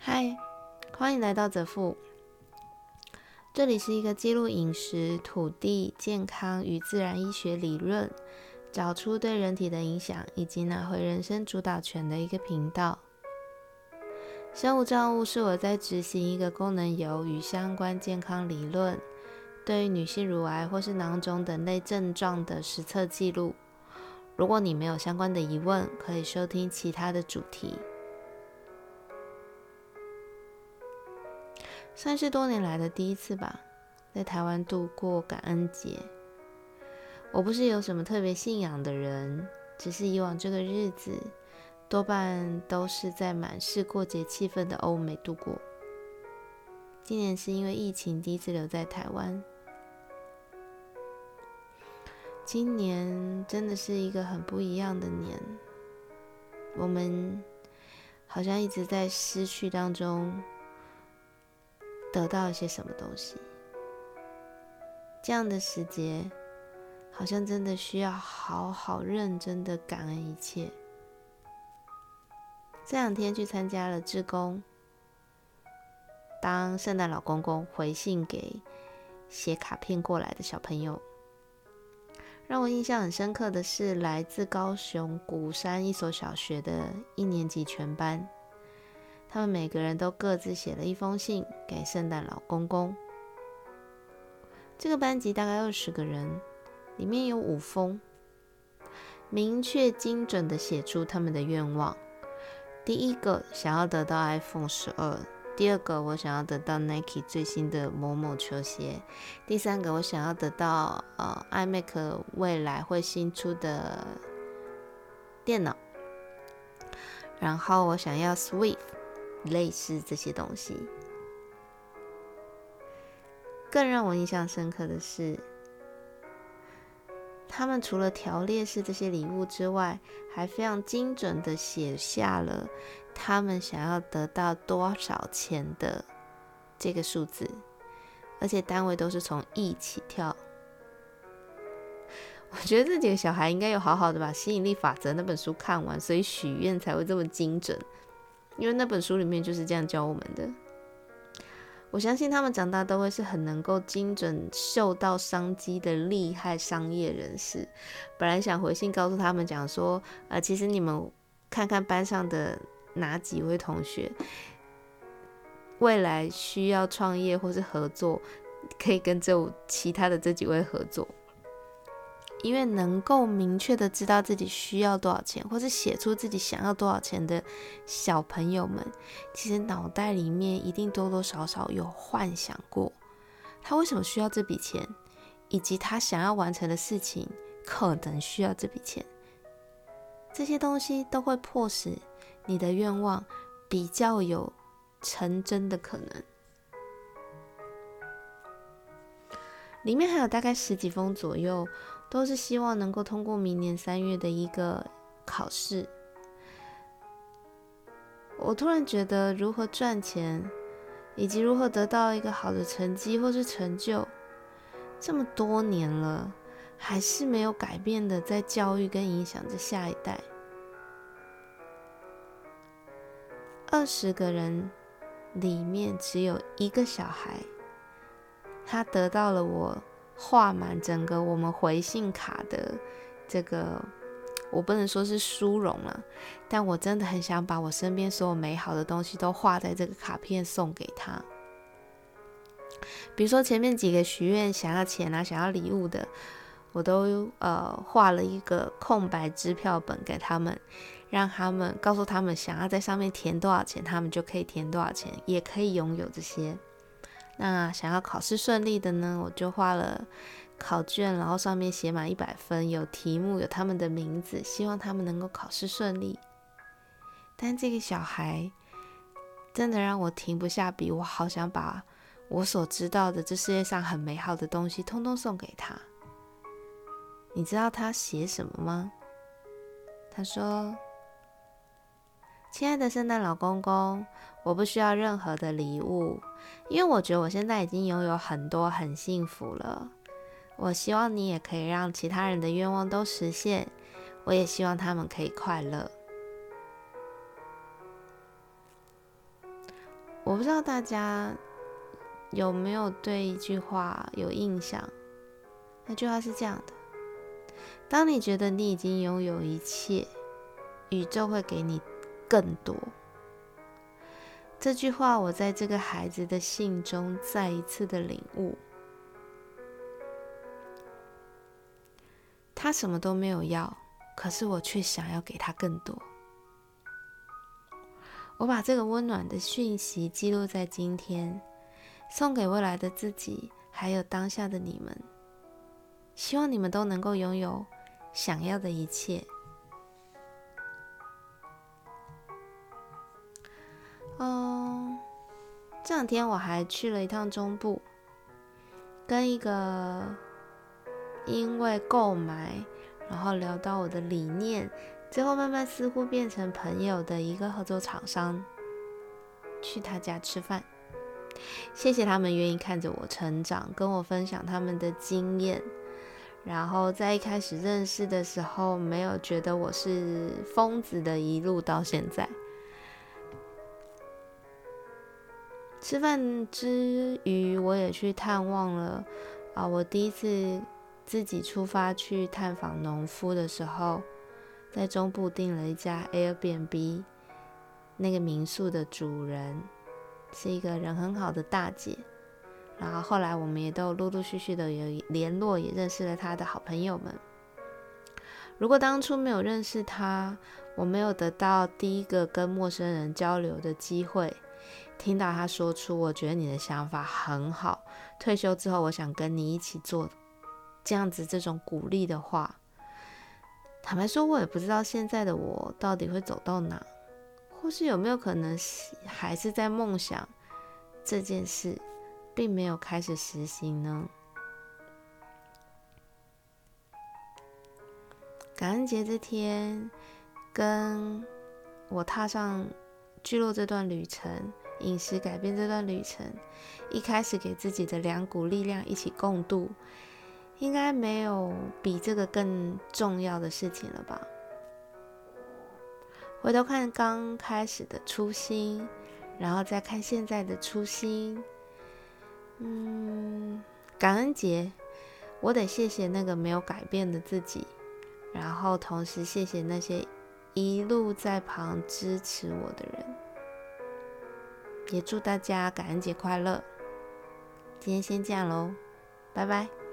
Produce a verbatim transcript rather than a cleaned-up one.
嗨，欢迎来到泽富，这里是一个记录饮食、土地、健康与自然医学理论，找出对人体的影响，以及拿回人生主导权的一个频道。生物造物是我在执行一个功能油与相关健康理论，对于女性乳癌或是囊肿等类症状的实测记录。如果你没有相关的疑问，可以收听其他的主题。算是多年来的第一次吧，在台湾度过感恩节。我不是有什么特别信仰的人，只是以往这个日子多半都是在满是过节气氛的欧美度过。今年是因为疫情第一次留在台湾。今年真的是一个很不一样的年，我们好像一直在失去当中得到一些什么东西。这样的时节，好像真的需要好好认真的感恩一切。这两天去参加了志工，当圣诞老公公回信给写卡片过来的小朋友。让我印象很深刻的是，来自高雄鼓山一所小学的一年级全班，他们每个人都各自写了一封信给圣诞老公公。这个班级大概二十个人，里面有五封，明确精准的写出他们的愿望。第一个想要得到 iPhone 十二，第二个我想要得到 Nike 最新的某某球鞋，第三个我想要得到呃 iMac 未来会新出的电脑，然后我想要 Swift， 类似这些东西。更让我印象深刻的是，他们除了条列式这些礼物之外，还非常精准的写下了他们想要得到多少钱的这个数字，而且单位都是从亿起跳。我觉得这几个小孩应该有好好的把《吸引力法则》那本书看完，所以许愿才会这么精准，因为那本书里面就是这样教我们的。我相信他们长大都会是很能够精准嗅到商机的厉害商业人士。本来想回信告诉他们讲说，呃，其实你们看看班上的哪几位同学，未来需要创业或是合作，可以跟这其他的这几位合作。因为能够明确的知道自己需要多少钱，或是写出自己想要多少钱的小朋友们，其实脑袋里面一定多多少少有幻想过他为什么需要这笔钱，以及他想要完成的事情可能需要这笔钱。这些东西都会迫使你的愿望比较有成真的可能。里面还有大概十几封左右，都是希望能够通过明年三月的一个考试。我突然觉得，如何赚钱，以及如何得到一个好的成绩或是成就，这么多年了，还是没有改变的，在教育跟影响着下一代。二十个人里面只有一个小孩，他得到了我画满整个我们回信卡的这个，我不能说是殊荣了，但我真的很想把我身边所有美好的东西都画在这个卡片送给他。比如说前面几个许愿想要钱啊、想要礼物的，我都呃画了一个空白支票本给他们，让他们告诉他们想要在上面填多少钱，他们就可以填多少钱，也可以拥有这些。那想要考试顺利的呢，我就画了考卷，然后上面写满一百分，有题目，有他们的名字，希望他们能够考试顺利。但这个小孩真的让我停不下笔，我好想把我所知道的这世界上很美好的东西通通送给他。你知道他写什么吗？他说：亲爱的圣诞老公公，我不需要任何的礼物，因为我觉得我现在已经拥有很多，很幸福了。我希望你也可以让其他人的愿望都实现，我也希望他们可以快乐。 我不知道大家有没有对一句话有印象？那句话是这样的：当你觉得你已经拥有一切，宇宙会给你更多。这句话我在这个孩子的信中再一次的领悟。他什么都没有要，可是我却想要给他更多。我把这个温暖的讯息记录在今天，送给未来的自己，还有当下的你们。希望你们都能够拥有想要的一切。嗯，这两天我还去了一趟中部，跟一个因为购买，然后聊到我的理念，最后慢慢似乎变成朋友的一个合作厂商，去他家吃饭。谢谢他们愿意看着我成长，跟我分享他们的经验。然后在一开始认识的时候，没有觉得我是疯子的，一路到现在。吃饭之余，我也去探望了啊，我第一次自己出发去探访农夫的时候，在中部订了一家 Airbnb， 那个民宿的主人是一个人很好的大姐，然后后来我们也都陆陆续续的有联络，也认识了她的好朋友们。如果当初没有认识她，我没有得到第一个跟陌生人交流的机会，听到她说出我觉得你的想法很好，退休之后我想跟你一起做这样子这种鼓励的话，坦白说我也不知道现在的我到底会走到哪，或是有没有可能还是在梦想这件事，并没有开始实行呢？感恩节这天，跟我踏上聚落这段旅程，饮食改变这段旅程，一开始给自己的两股力量一起共度，应该没有比这个更重要的事情了吧？回头看刚开始的初心，然后再看现在的初心，嗯，感恩节，我得谢谢那个没有改变的自己，然后同时谢谢那些一路在旁支持我的人，也祝大家感恩节快乐。今天先这样咯，拜拜。